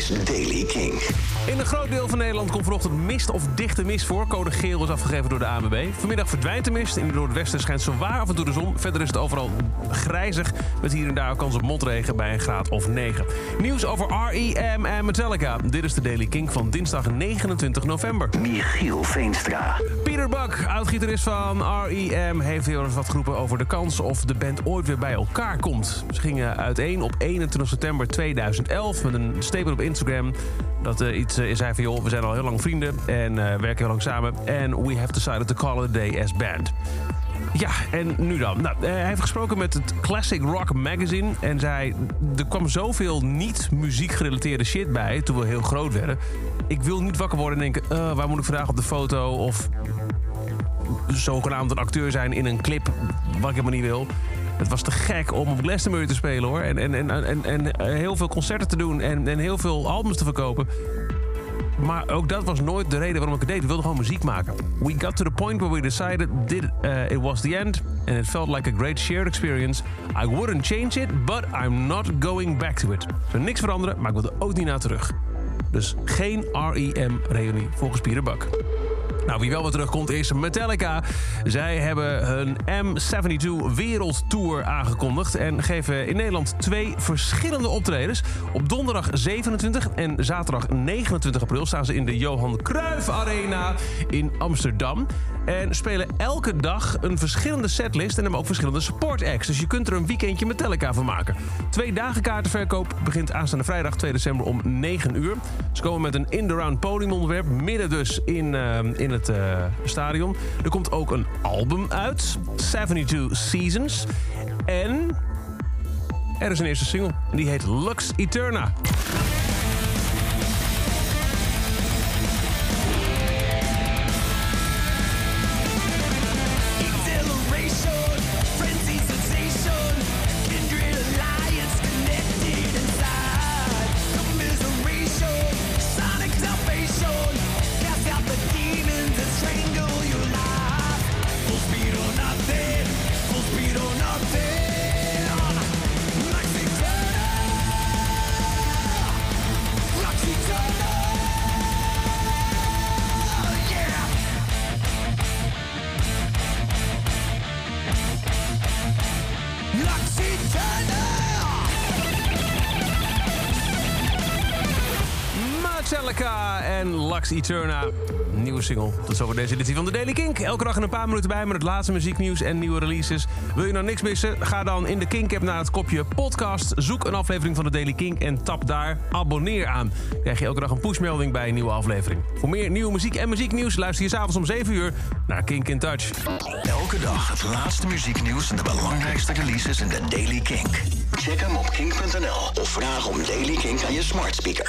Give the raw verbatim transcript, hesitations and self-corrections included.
is Daily Kink. In een groot deel van Nederland komt vanochtend mist of dichte mist voor. Code geel is afgegeven door de A N W B. Vanmiddag verdwijnt de mist. In het noordwesten schijnt zowaar af en toe de zon. Verder is het overal grijzig. Met hier en daar kans op motregen bij een graad of negen. Nieuws over R E M en Metallica. Dit is de Daily Kink van dinsdag negenentwintig november. Michiel Veenstra. Peter Buck, oud-gitarist van R E M, heeft heel eens wat geroepen over de kans of de band ooit weer bij elkaar komt. Ze gingen uiteen op eenentwintig september tweeduizend elf met een statement op Instagram. Dat uh, iets uh, zei van, joh, we zijn al heel lang vrienden en uh, werken heel lang samen. En we have decided to call it a day as band. Ja, en nu dan? Nou, hij heeft gesproken met het Classic Rock Magazine en zei, er kwam zoveel niet-muziek gerelateerde shit bij toen we heel groot werden. Ik wil niet wakker worden en denken, uh, waar moet ik vandaag op de foto? Of zogenaamd een acteur zijn in een clip, wat ik helemaal niet wil. Het was te gek om op Glastonbury te spelen, hoor. En, en, en, en, en heel veel concerten te doen en, en heel veel albums te verkopen. Maar ook dat was nooit de reden waarom ik het deed. We wilden gewoon muziek maken. We got to the point where we decided that uh, it was the end. And it felt like a great shared experience. I wouldn't change it, but I'm not going back to it. Er zou niks veranderen, maar ik wil er ook niet naar terug. Dus geen R E M-reunie volgens Peter Buck. Nou, wie wel weer terugkomt is Metallica. Zij hebben hun M zevenentwintig Wereldtour aangekondigd en geven in Nederland twee verschillende optredens. Op donderdag zevenentwintig en zaterdag negenentwintig april staan ze in de Johan Cruijff Arena in Amsterdam. En spelen elke dag een verschillende setlist en hebben ook verschillende support acts. Dus je kunt er een weekendje Metallica van maken. Twee dagen kaartenverkoop begint aanstaande vrijdag twee december om negen uur. Ze komen met een in-the-round podiumontwerp, midden dus in, uh, in het uh, stadion. Er komt ook een album uit, zevenentwintig Seasons. En er is een eerste single, en die heet Lux Eterna. Metallica en Lux Eterna. Nieuwe single. Tot zover deze editie van de Daily Kink. Elke dag in een paar minuten bij met het laatste muzieknieuws en nieuwe releases. Wil je nou niks missen? Ga dan in de Kink-app naar het kopje podcast. Zoek een aflevering van de Daily Kink en tap daar abonneer aan. Dan krijg je elke dag een pushmelding bij een nieuwe aflevering. Voor meer nieuwe muziek en muzieknieuws luister je 's avonds om zeven uur naar Kink in Touch. Elke dag het laatste muzieknieuws en de belangrijkste releases in de Daily Kink. Check hem op kink punt n l of vraag om Daily Kink aan je smart speaker.